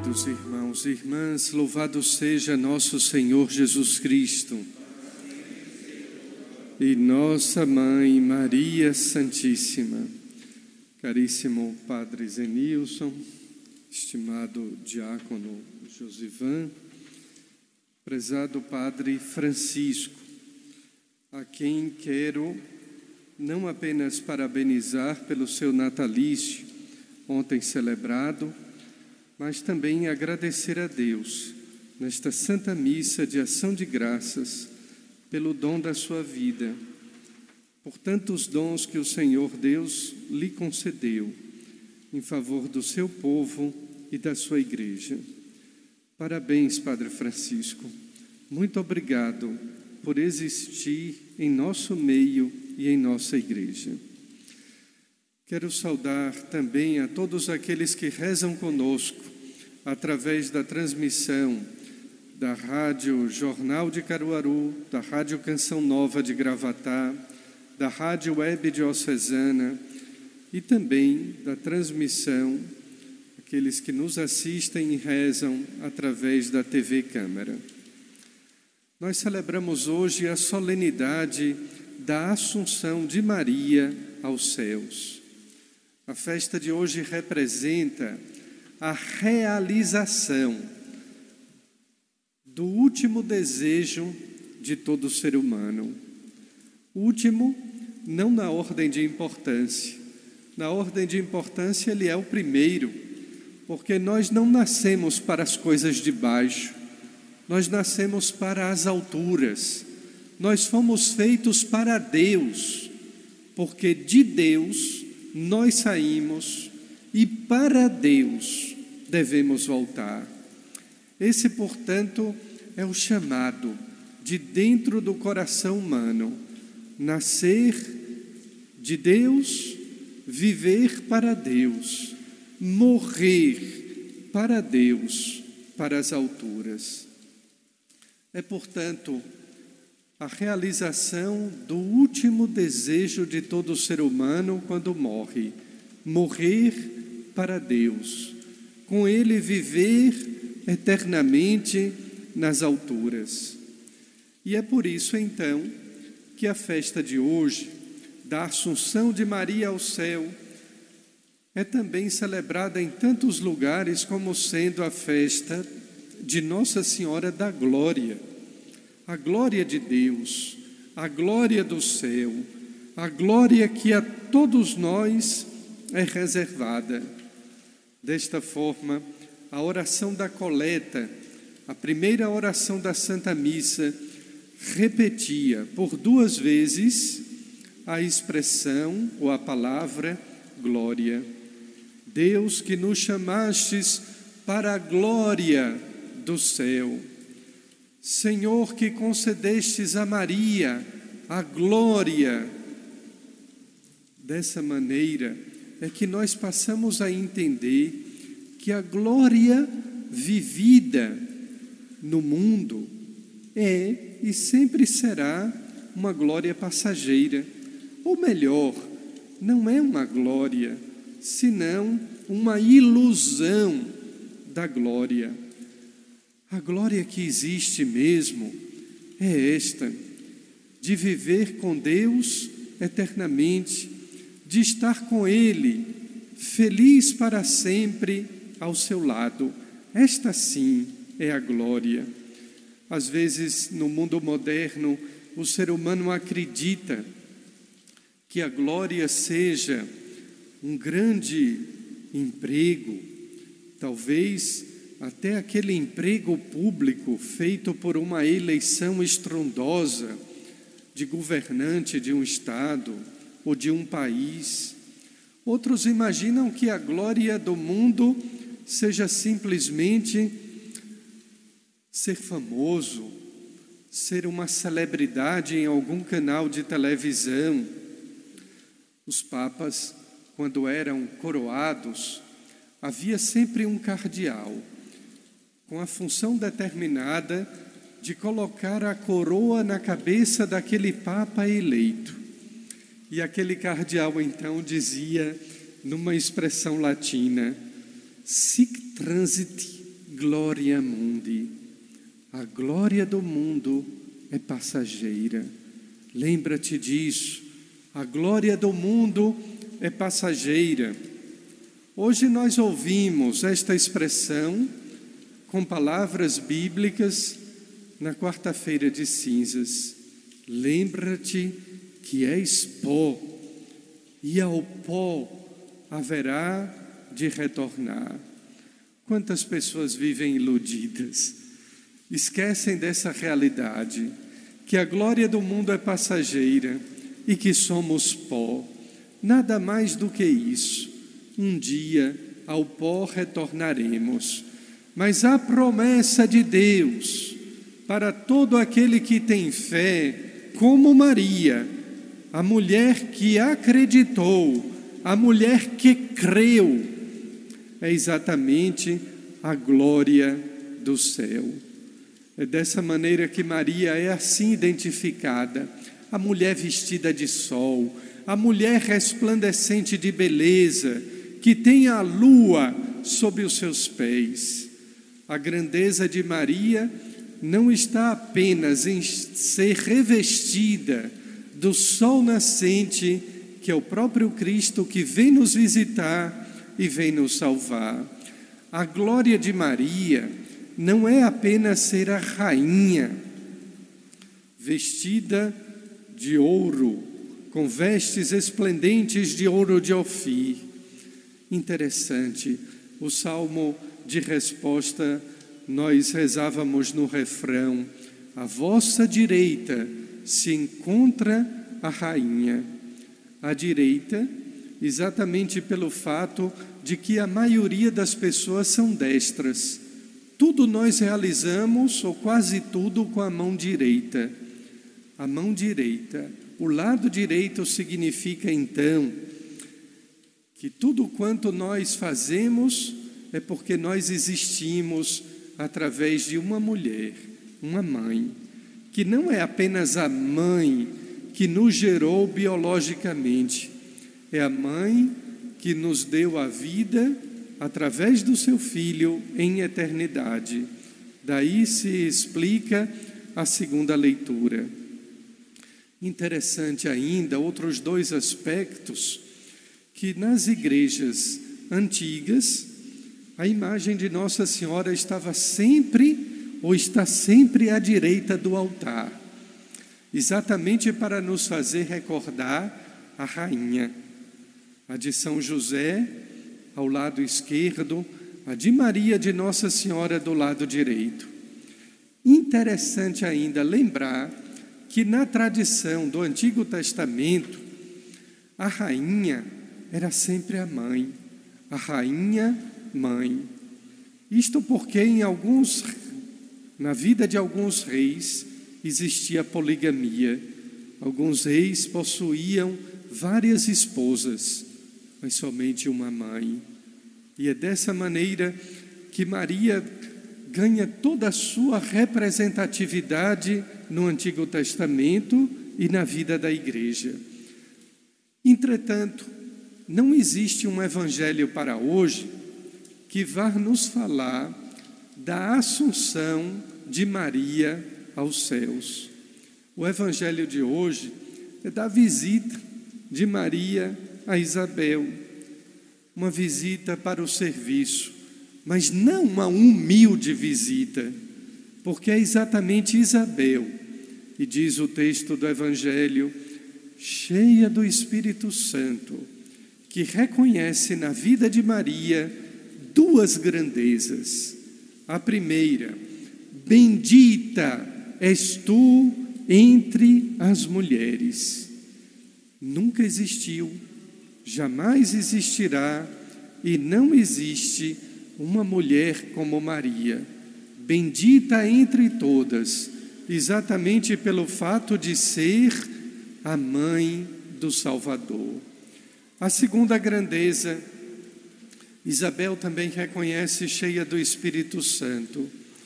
Amados irmãos e irmãs, louvado seja nosso Senhor Jesus Cristo e nossa Mãe Maria Santíssima. Caríssimo Padre Zenilson, estimado Diácono Josivan, prezado Padre Francisco, a quem quero não apenas parabenizar pelo seu natalício, ontem celebrado, mas também agradecer a Deus, nesta Santa Missa de Ação de Graças, pelo dom da sua vida, por tantos dons que o Senhor Deus lhe concedeu, em favor do seu povo e da sua igreja. Parabéns, Padre Francisco. Muito obrigado por existir em nosso meio e em nossa igreja. Quero saudar também a todos aqueles que rezam conosco através da transmissão da Rádio Jornal de Caruaru, da Rádio Canção Nova de Gravatá, da Rádio Web Diocesana e também da transmissão, aqueles que nos assistem e rezam através da TV Câmara. Nós celebramos hoje a solenidade da Assunção de Maria aos céus. A festa de hoje representa a realização do último desejo de todo ser humano. Último, não na ordem de importância. Na ordem de importância, ele é o primeiro, porque nós não nascemos para as coisas de baixo, nós nascemos para as alturas. Nós fomos feitos para Deus, porque de Deus nós saímos e para Deus devemos voltar. Esse, portanto, é o chamado de dentro do coração humano, nascer de Deus, viver para Deus, morrer para Deus, para as alturas. É, portanto, a realização do último desejo de todo ser humano quando morre, morrer para Deus, com Ele viver eternamente nas alturas. E é por isso, então, que a festa de hoje, da Assunção de Maria ao céu, é também celebrada em tantos lugares como sendo a festa de Nossa Senhora da Glória. A glória de Deus, a glória do céu, a glória que a todos nós é reservada. Desta forma, a oração da coleta, a primeira oração da Santa Missa, repetia por 2 vezes a expressão ou a palavra glória. Deus, que nos chamastes para a glória do céu. Senhor, que concedestes a Maria a glória. Dessa maneira é que nós passamos a entender que a glória vivida no mundo é e sempre será uma glória passageira. Ou melhor, não é uma glória, senão uma ilusão da glória. A glória que existe mesmo é esta, de viver com Deus eternamente, de estar com Ele, feliz para sempre ao seu lado. Esta sim é a glória. Às vezes, no mundo moderno, o ser humano acredita que a glória seja um grande emprego, talvez até aquele emprego público feito por uma eleição estrondosa de governante de um estado ou de um país. Outros imaginam que a glória do mundo seja simplesmente ser famoso, ser uma celebridade em algum canal de televisão. Os papas, quando eram coroados, havia sempre um cardeal, com a função determinada de colocar a coroa na cabeça daquele Papa eleito. E aquele cardeal então dizia, numa expressão latina, sic transit gloria mundi. A glória do mundo é passageira. Lembra-te disso. A glória do mundo é passageira. Hoje nós ouvimos esta expressão com palavras bíblicas na quarta-feira de cinzas. Lembra-te que és pó, e ao pó haverá de retornar. Quantas pessoas vivem iludidas, esquecem dessa realidade, que a glória do mundo é passageira e que somos pó. Nada mais do que isso. Um dia ao pó retornaremos. Mas a promessa de Deus para todo aquele que tem fé, como Maria, a mulher que acreditou, a mulher que creu, é exatamente a glória do céu. É dessa maneira que Maria é assim identificada, a mulher vestida de sol, a mulher resplandecente de beleza, que tem a lua sob os seus pés. A grandeza de Maria não está apenas em ser revestida do sol nascente, que é o próprio Cristo que vem nos visitar e vem nos salvar. A glória de Maria não é apenas ser a rainha, vestida de ouro, com vestes esplendentes de ouro de Ofir. Interessante, o salmo de resposta, nós rezávamos no refrão: à vossa direita se encontra a rainha. À direita, exatamente pelo fato de que a maioria das pessoas são destras. Tudo nós realizamos, ou quase tudo, com a mão direita. A mão direita, o lado direito significa então que tudo quanto nós fazemos é porque nós existimos através de uma mulher, uma mãe, que não é apenas a mãe que nos gerou biologicamente, é a mãe que nos deu a vida através do seu Filho em eternidade. Daí se explica a segunda leitura. Interessante ainda, outros dois aspectos, que nas igrejas antigas, a imagem de Nossa Senhora estava sempre, ou está sempre à direita do altar, exatamente para nos fazer recordar a rainha. A de São José, ao lado esquerdo, a de Maria de Nossa Senhora do lado direito. Interessante ainda lembrar que na tradição do Antigo Testamento, a rainha era sempre a mãe, a rainha mãe. Isto porque na vida de alguns reis existia poligamia. Alguns reis possuíam várias esposas, mas somente uma mãe. E é dessa maneira que Maria ganha toda a sua representatividade no Antigo Testamento e na vida da igreja. Entretanto, não existe um evangelho para hoje que vá nos falar da assunção de Maria aos céus. O evangelho de hoje é da visita de Maria a Isabel, uma visita para o serviço, mas não uma humilde visita, porque é exatamente Isabel, e diz o texto do evangelho, cheia do Espírito Santo, que reconhece na vida de Maria duas grandezas. A primeira, bendita és tu entre as mulheres. Nunca existiu, jamais existirá e não existe uma mulher como Maria, bendita entre todas, exatamente pelo fato de ser a mãe do Salvador. A segunda grandeza, Isabel também reconhece, cheia do Espírito Santo.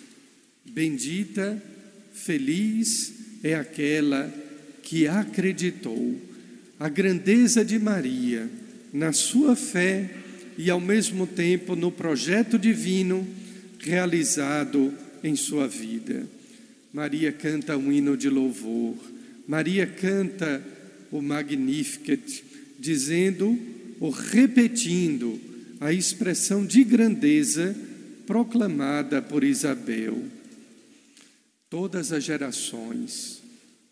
Bendita, feliz é aquela que acreditou. A grandeza de Maria na sua fé e ao mesmo tempo no projeto divino, realizado em sua vida. Maria canta um hino de louvor. Maria canta o Magnificat, dizendo ou repetindo a expressão de grandeza proclamada por Isabel. Todas as gerações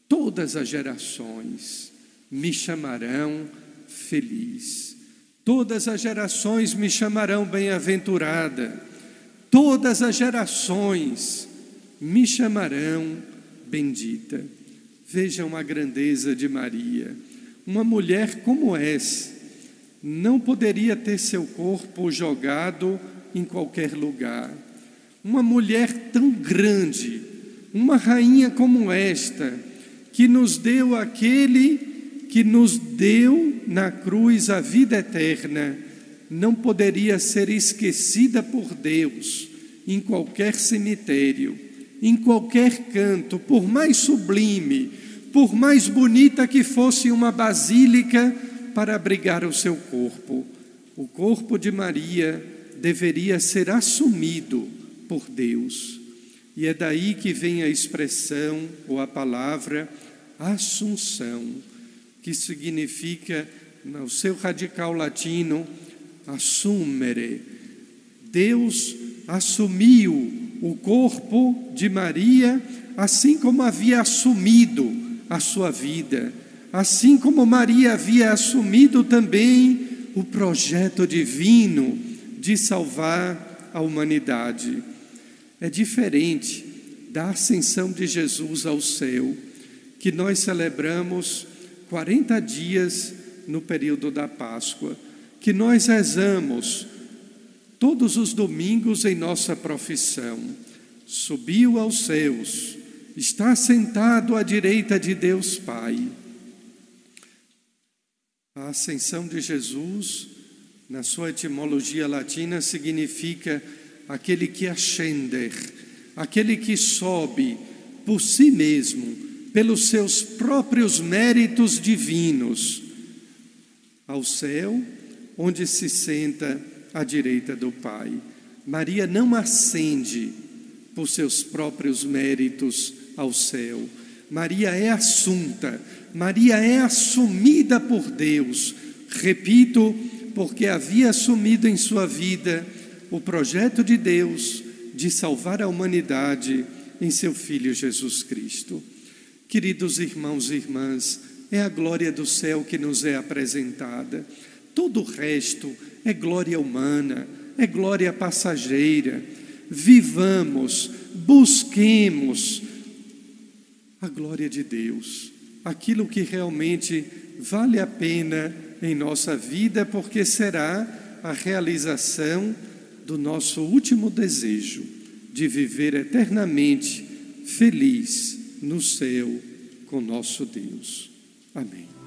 me chamarão feliz. Todas as gerações me chamarão bem-aventurada. Todas as gerações me chamarão bendita. Vejam a grandeza de Maria. Uma mulher como essa não poderia ter seu corpo jogado em qualquer lugar. Uma mulher tão grande, uma rainha como esta, que nos deu aquele que nos deu na cruz a vida eterna, não poderia ser esquecida por Deus em qualquer cemitério, em qualquer canto, por mais sublime, por mais bonita que fosse uma basílica para abrigar o seu corpo. O corpo de Maria deveria ser assumido por Deus. E é daí que vem a expressão ou a palavra assunção, que significa, no seu radical latino, assumere. Deus assumiu o corpo de Maria, assim como havia assumido a sua vida, assim como Maria havia assumido também o projeto divino de salvar a humanidade. É diferente da ascensão de Jesus ao céu, que nós celebramos 40 dias no período da Páscoa, que nós rezamos todos os domingos em nossa profissão. Subiu aos céus, está sentado à direita de Deus Pai. A ascensão de Jesus, na sua etimologia latina, significa aquele que ascender, aquele que sobe por si mesmo, pelos seus próprios méritos divinos, ao céu, onde se senta à direita do Pai. Maria não ascende por seus próprios méritos ao céu. Maria é assunta, Maria é assumida por Deus. Repito, porque havia assumido em sua vida o projeto de Deus de salvar a humanidade em seu Filho Jesus Cristo. Queridos irmãos e irmãs, é a glória do céu que nos é apresentada. Todo o resto é glória humana, é glória passageira. Vivamos, busquemos a glória de Deus, aquilo que realmente vale a pena em nossa vida, porque será a realização do nosso último desejo, de viver eternamente feliz no céu com nosso Deus. Amém.